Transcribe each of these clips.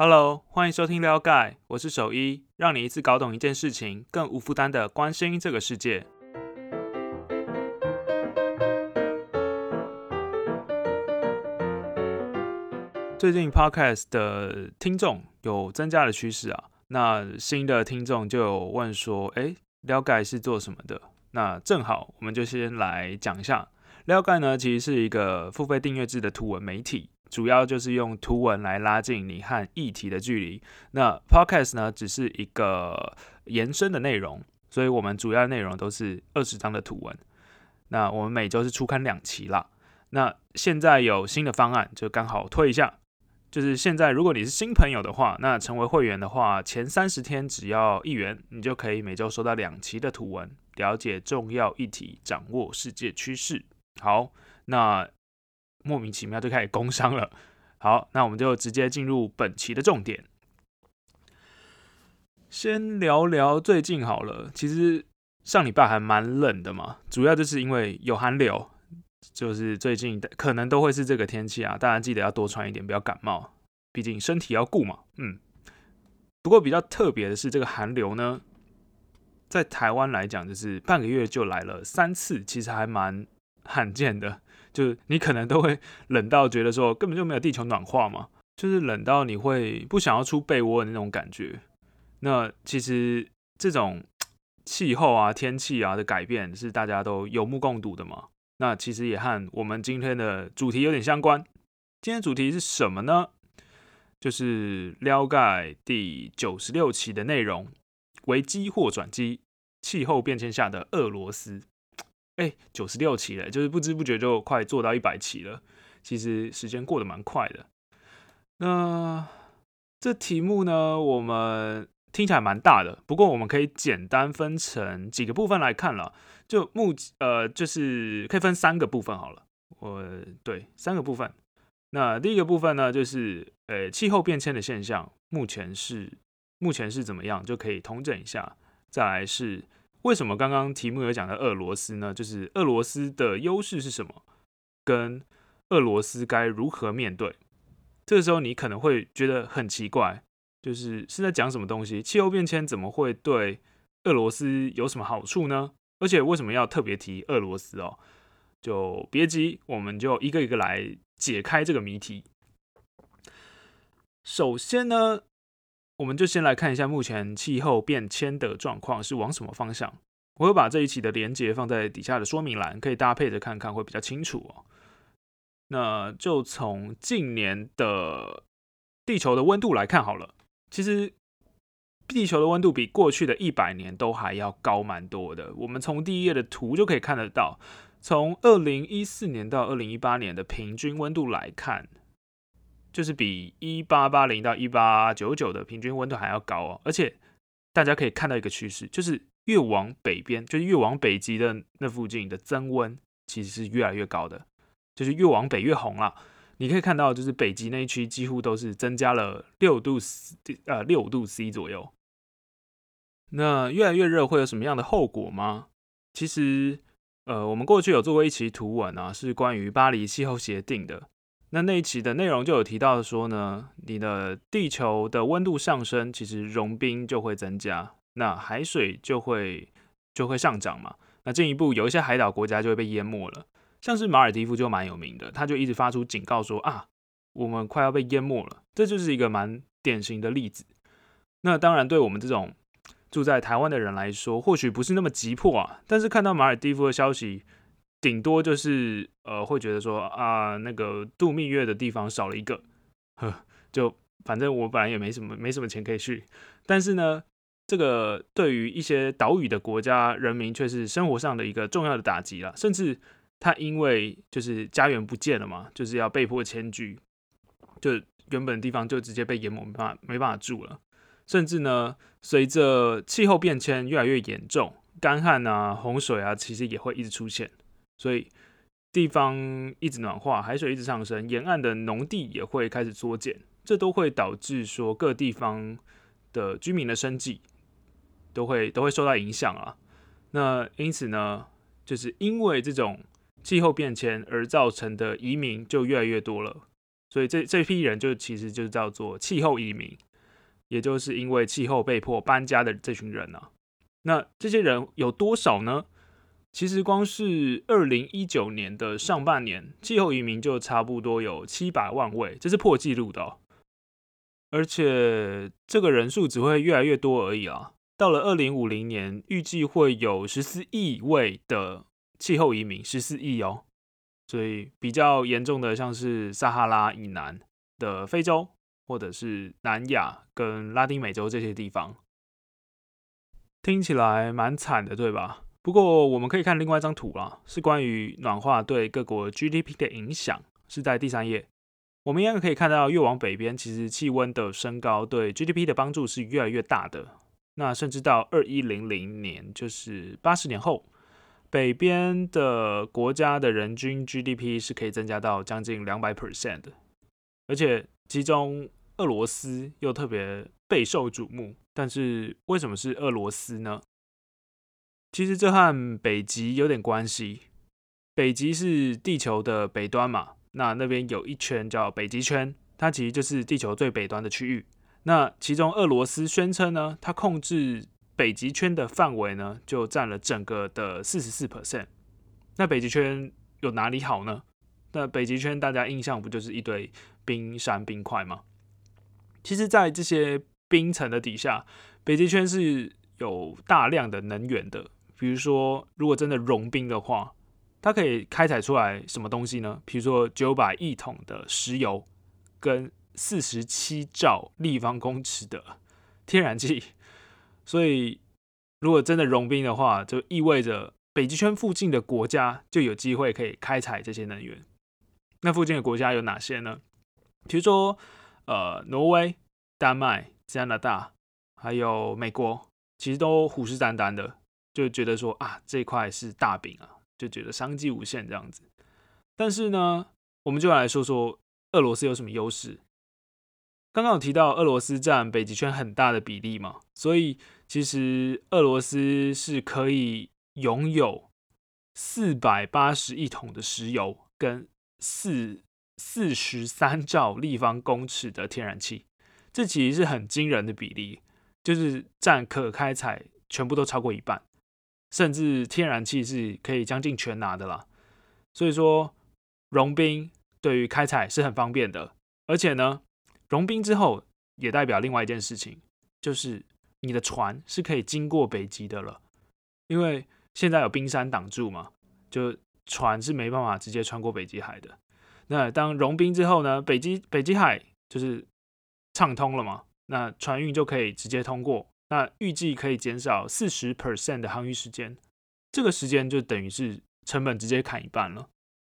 Hello，欢迎收听撩盖，我是守一，让你一次搞懂一件事情，更无负担的关心这个世界。最近 Podcast 的听众有增加的趋势啊，那新的听众就有问说，撩盖是做什么的？那正好，我们就先来讲一下，撩盖呢其实是一个付费订阅制的图文媒体。主要就是用图文来拉近你和议题的距离。那 Podcast 呢，只是一个延伸的内容，所以我们主要内容都是20张的图文。那我们每周是出刊2期啦。那现在有新的方案，就刚好推一下。就是现在，如果你是新朋友的话，那成为会员的话，前30天只要1元，你就可以每周收到2期的图文，了解重要议题，掌握世界趋势。好，那莫名其妙就开始工商了。好，那我们就直接进入本期的重点。先聊聊最近好了，其实上礼拜还蛮冷的嘛，主要就是因为有寒流，就是最近可能都会是这个天气啊，大家记得要多穿一点，不要感冒，毕竟身体要顾嘛。不过比较特别的是，这个寒流呢，在台湾来讲，就是半个月就来了3次，其实还蛮罕见的。就是你可能都会冷到觉得说根本就没有地球暖化嘛，就是冷到你会不想要出被窝的那种感觉。那其实这种气候啊、天气啊的改变是大家都有目共睹的嘛。那其实也和我们今天的主题有点相关。今天的主题是什么呢？就是撩盖第96期的内容：危机或转机，气候变迁下的俄罗斯。96期了，就是不知不觉就快做到100期了。其实时间过得蛮快的。那这题目呢，我们听起来蛮大的，不过我们可以简单分成几个部分来看了。就是可以分3个部分好了。对，3个部分。那第一个部分呢，就是气候变迁的现象，目前是怎么样，就可以统整一下。再来是为什么刚刚题目有讲到俄罗斯呢？就是俄罗斯的优势是什么，跟俄罗斯该如何面对。这个时候你可能会觉得很奇怪，就是在讲什么东西？气候变迁怎么会对俄罗斯有什么好处呢？而且为什么要特别提俄罗斯哦？就别急，我们就一个一个来解开这个谜题。首先呢，我们就先来看一下目前气候变迁的状况是往什么方向。我会把这一期的连结放在底下的说明栏，可以搭配着看看，会比较清楚哦。那就从近年的地球的温度来看好了。其实地球的温度比过去的100年都还要高蛮多的。我们从第一页的图就可以看得到，从2014年到2018年的平均温度来看，就是比1880到1899的平均温度还要高哦。而且大家可以看到一个趋势，就是越往北边，就是越往北极的那附近的增温其实是越来越高的，就是越往北越红啦。你可以看到，就是北极那一区几乎都是增加了6度 C 左右。那越来越热会有什么样的后果吗？其实，我们过去有做过一期图文啊，是关于巴黎气候协定的。那一期的内容就有提到说呢，你的地球的温度上升，其实融冰就会增加，那海水就会上涨嘛。那进一步有一些海岛国家就会被淹没了，像是马尔地夫就蛮有名的，他就一直发出警告说啊，我们快要被淹没了。这就是一个蛮典型的例子。那当然，对我们这种住在台湾的人来说，或许不是那么急迫啊，但是看到马尔地夫的消息，顶多就是会觉得说啊，那个度蜜月的地方少了一个，就反正我本来也没什么钱可以去，但是呢，这个对于一些岛屿的国家人民却是生活上的一个重要的打击啦，甚至他因为就是家园不见了嘛，就是要被迫迁居，就原本的地方就直接被淹没，没办法住了，甚至呢，随着气候变迁越来越严重，干旱啊、洪水啊，其实也会一直出现。所以地方一直暖化，海水一直上升，沿岸的农地也会开始缩减，这都会导致说各地方的居民的生计都会受到影响啊。那因此呢，就是因为这种气候变迁而造成的移民就越来越多了， 所以这批人就其实就叫做气候移民，也就是因为气候被迫搬家的这群人啊。那这些人有多少呢？其实光是2019年的上半年，气候移民就差不多有700万位，这是破纪录的哦。而且这个人数只会越来越多而已啊。到了2050年，预计会有14亿位的气候移民，14亿哦。所以比较严重的，像是撒哈拉以南的非洲，或者是南亚跟拉丁美洲这些地方，听起来蛮惨的，对吧？不过我们可以看另外一张图啦，是关于暖化对各国 GDP 的影响，是在第3页。我们一样可以看到，越往北边，其实气温的升高对 GDP 的帮助是越来越大的。那甚至到2100年，就是80年后，北边的国家的人均 GDP 是可以增加到将近200% 的。而且其中俄罗斯又特别备受瞩目。但是为什么是俄罗斯呢？其实这和北极有点关系。北极是地球的北端嘛，那边有一圈叫北极圈，它其实就是地球最北端的区域。那其中俄罗斯宣称呢，它控制北极圈的范围呢，就占了整个的 44%。那北极圈有哪里好呢？那北极圈大家印象不就是一堆冰山冰块吗？其实在这些冰层的底下，北极圈是有大量的能源的。比如说，如果真的融冰的话，它可以开采出来什么东西呢？比如说900亿桶的石油，跟47兆立方公尺的天然气。所以，如果真的融冰的话，就意味着北极圈附近的国家就有机会可以开采这些能源。那附近的国家有哪些呢？比如说，挪威、丹麦、加拿大，还有美国，其实都虎视眈眈的。就觉得说啊，这块是大饼啊，就觉得商机无限这样子。但是呢，我们就来说说俄罗斯有什么优势。刚刚有提到俄罗斯占北极圈很大的比例嘛，所以其实俄罗斯是可以拥有480亿桶的石油跟43兆立方公尺的天然气，这其实是很惊人的比例，就是占可开采全部都超过一半。甚至天然气是可以将近全拿的啦。所以说，融冰对于开采是很方便的。而且呢，融冰之后也代表另外一件事情，就是你的船是可以经过北极的了。因为现在有冰山挡住嘛，就船是没办法直接穿过北极海的。那当融冰之后呢，北极海就是畅通了嘛，那船运就可以直接通过。那预计可以减少 40% 的航运时间，这个时间就等于是成本直接砍一半了。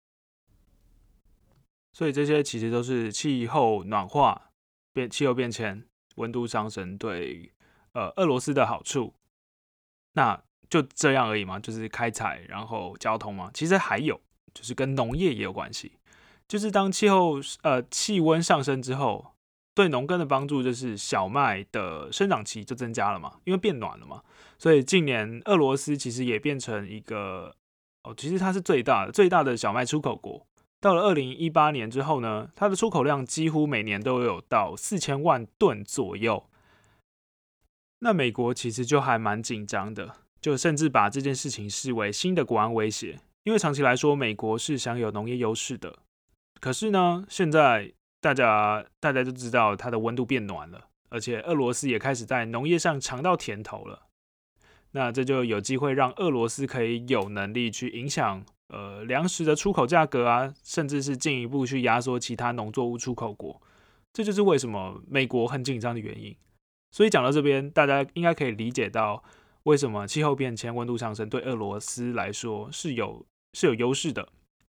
所以这些其实都是气候暖化、气候变迁、温度上升对俄罗斯的好处。那就这样而已嘛，就是开采然后交通嘛。其实还有就是跟农业也有关系，就是当气温上升之后。对农耕的帮助就是小麦的生长期就增加了嘛，因为变暖了嘛，所以近年俄罗斯其实也变成一个其实它是最大的小麦出口国。到了2018年之后呢，它的出口量几乎每年都有到4000万吨左右。那美国其实就还蛮紧张的，就甚至把这件事情视为新的国安威胁，因为长期来说美国是享有农业优势的。可是呢，现在大家都知道它的温度变暖了，而且俄罗斯也开始在农业上尝到甜头了。那这就有机会让俄罗斯可以有能力去影响粮食的出口价格啊，甚至是进一步去压缩其他农作物出口国。这就是为什么美国很紧张的原因。所以讲到这边，大家应该可以理解到为什么气候变迁、温度上升对俄罗斯来说是有优势的。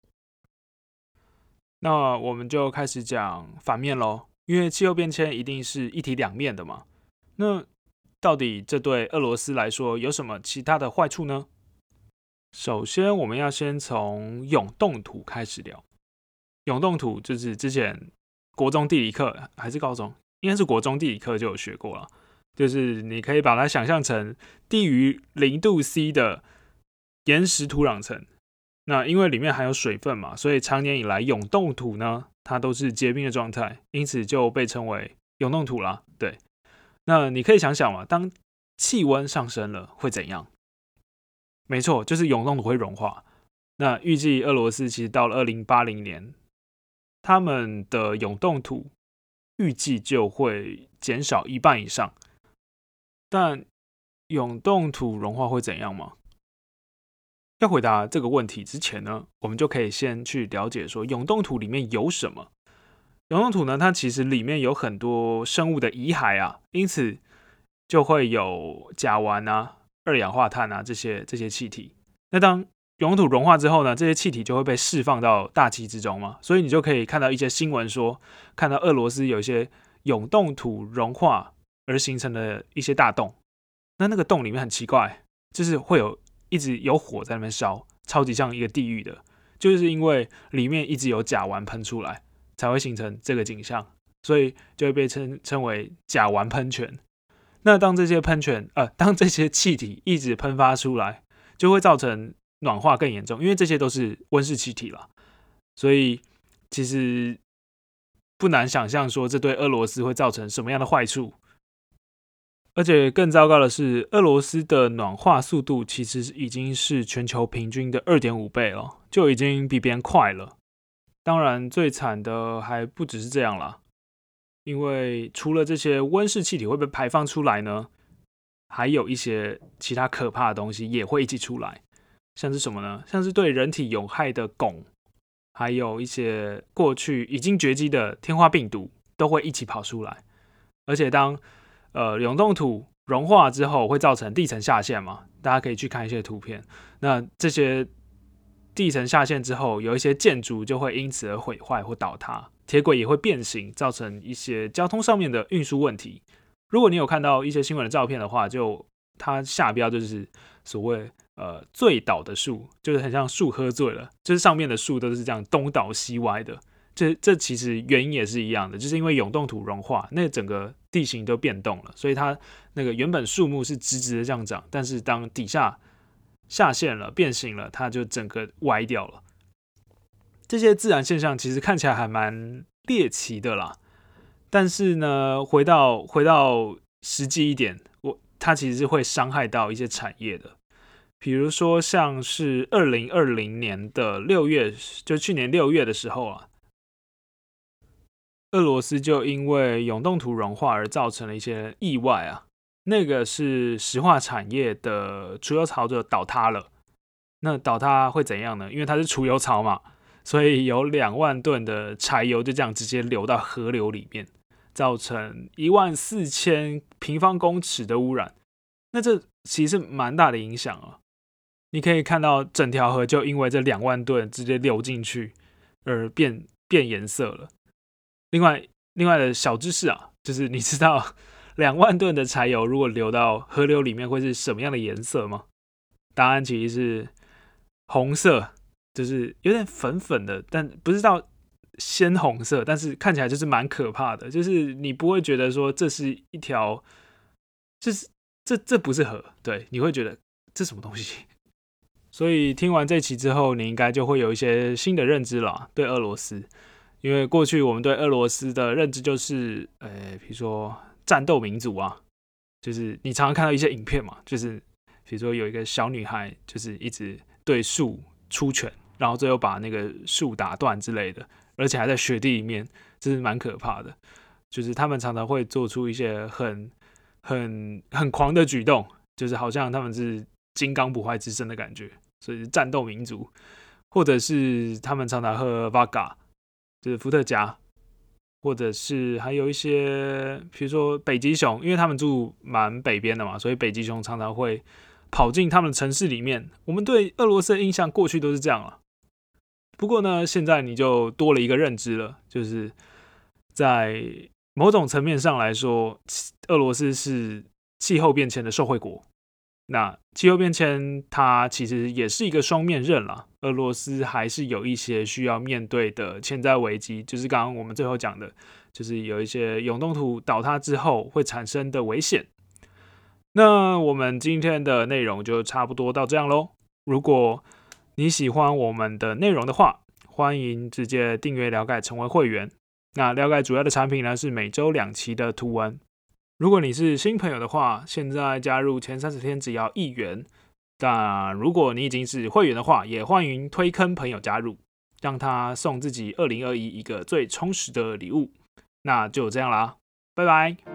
那我们就开始讲反面咯，因为气候变迁一定是一体两面的嘛。那到底这对俄罗斯来说有什么其他的坏处呢？首先，我们要先从永冻土开始聊。永冻土就是之前国中地理课还是高中，应该是国中地理课就有学过了，就是你可以把它想象成低于0度C 的岩石土壤层。那因为里面含有水分嘛，所以长年以来永冻土呢它都是结冰的状态，因此就被称为永冻土啦。对，那你可以想想嘛，当气温上升了会怎样？没错，就是永冻土会融化。那预计俄罗斯其实到了2080年，他们的永冻土预计就会减少一半以上。但永冻土融化会怎样吗？要回答这个问题之前呢，我们就可以先去了解说永冻土里面有什么。永冻土呢，它其实里面有很多生物的遗骸啊，因此就会有甲烷啊、二氧化碳啊这些气体。那当永冻土融化之后呢，这些气体就会被释放到大气之中嘛，所以你就可以看到一些新闻说，看到俄罗斯有一些永冻土融化而形成的一些大洞。那个洞里面很奇怪，就是会一直有火在那边烧，超级像一个地狱的，就是因为里面一直有甲烷喷出来，才会形成这个景象，所以就会被称为甲烷喷泉。那当这些当这些气体一直喷发出来，就会造成暖化更严重，因为这些都是温室气体啦，所以其实不难想象说这对俄罗斯会造成什么样的坏处。而且更糟糕的是，俄罗斯的暖化速度其实已经是全球平均的 2.5 倍了，就已经比别人快了。当然，最惨的还不只是这样啦，因为除了这些温室气体会被排放出来呢，还有一些其他可怕的东西也会一起出来。像是什么呢？像是对人体有害的汞，还有一些过去已经绝迹的天花病毒都会一起跑出来。而且当永冻土融化之后会造成地层下陷嘛，大家可以去看一些图片。那这些地层下陷之后，有一些建筑就会因此而毁坏或倒塌，铁轨也会变形，造成一些交通上面的运输问题。如果你有看到一些新闻的照片的话，就它下标就是所谓醉倒的树，就是很像树喝醉了，就是上面的树都是这样东倒西歪的。这其实原因也是一样的，就是因为永冻土融化，那整个地形都变动了，所以它那个原本树木是直直的这样长，但是当底下下陷了、变形了，它就整个歪掉了。这些自然现象其实看起来还蛮猎奇的啦，但是呢，回到实际一点，它其实是会伤害到一些产业的。比如说像是2020年的6月，就去年6月的时候啊，俄罗斯就因为永冻土融化而造成了一些意外啊。那个是石化产业的储油槽就倒塌了。那倒塌会怎样呢？因为它是储油槽嘛，所以有2万吨的柴油就这样直接流到河流里面，造成14000平方公尺的污染。那这其实蛮大的影响啊。你可以看到整条河就因为这2万吨直接流进去而变颜色了。另外的小知识啊，就是你知道2万吨的柴油如果流到河流里面会是什么样的颜色吗？答案其实是红色，就是有点粉粉的，但不是到鲜红色，但是看起来就是蛮可怕的。就是你不会觉得说这是一条，就是这不是河，对，你会觉得这什么东西。所以听完这期之后，你应该就会有一些新的认知了，对俄罗斯。因为过去我们对俄罗斯的认知就是，比如说战斗民族啊，就是你常常看到一些影片嘛，就是比如说有一个小女孩，就是一直对树出拳，然后最后把那个树打断之类的，而且还在雪地里面，这是蛮可怕的。就是他们常常会做出一些很狂的举动，就是好像他们是金刚不坏之身的感觉，所以是战斗民族，或者是他们常常喝 Vodka。就是伏特加，或者是还有一些，比如说北极熊，因为他们住蛮北边的嘛，所以北极熊常常会跑进他们的城市里面。我们对俄罗斯的印象过去都是这样了，不过呢，现在你就多了一个认知了，就是在某种层面上来说，俄罗斯是气候变迁的受惠国。那气候变迁它其实也是一个双面刃啦，俄罗斯还是有一些需要面对的潜在危机，就是刚刚我们最后讲的，就是有一些永冻土倒塌之后会产生的危险。那我们今天的内容就差不多到这样咯。如果你喜欢我们的内容的话， 欢迎直接订阅聊盖成为会员。那聊盖主要的产品呢是每周2期的图文。如果你是新朋友的话，现在加入前30天只要1元。但如果你已经是会员的话，也欢迎推坑朋友加入，让他送自己2021一个最充实的礼物。那就这样啦，拜拜。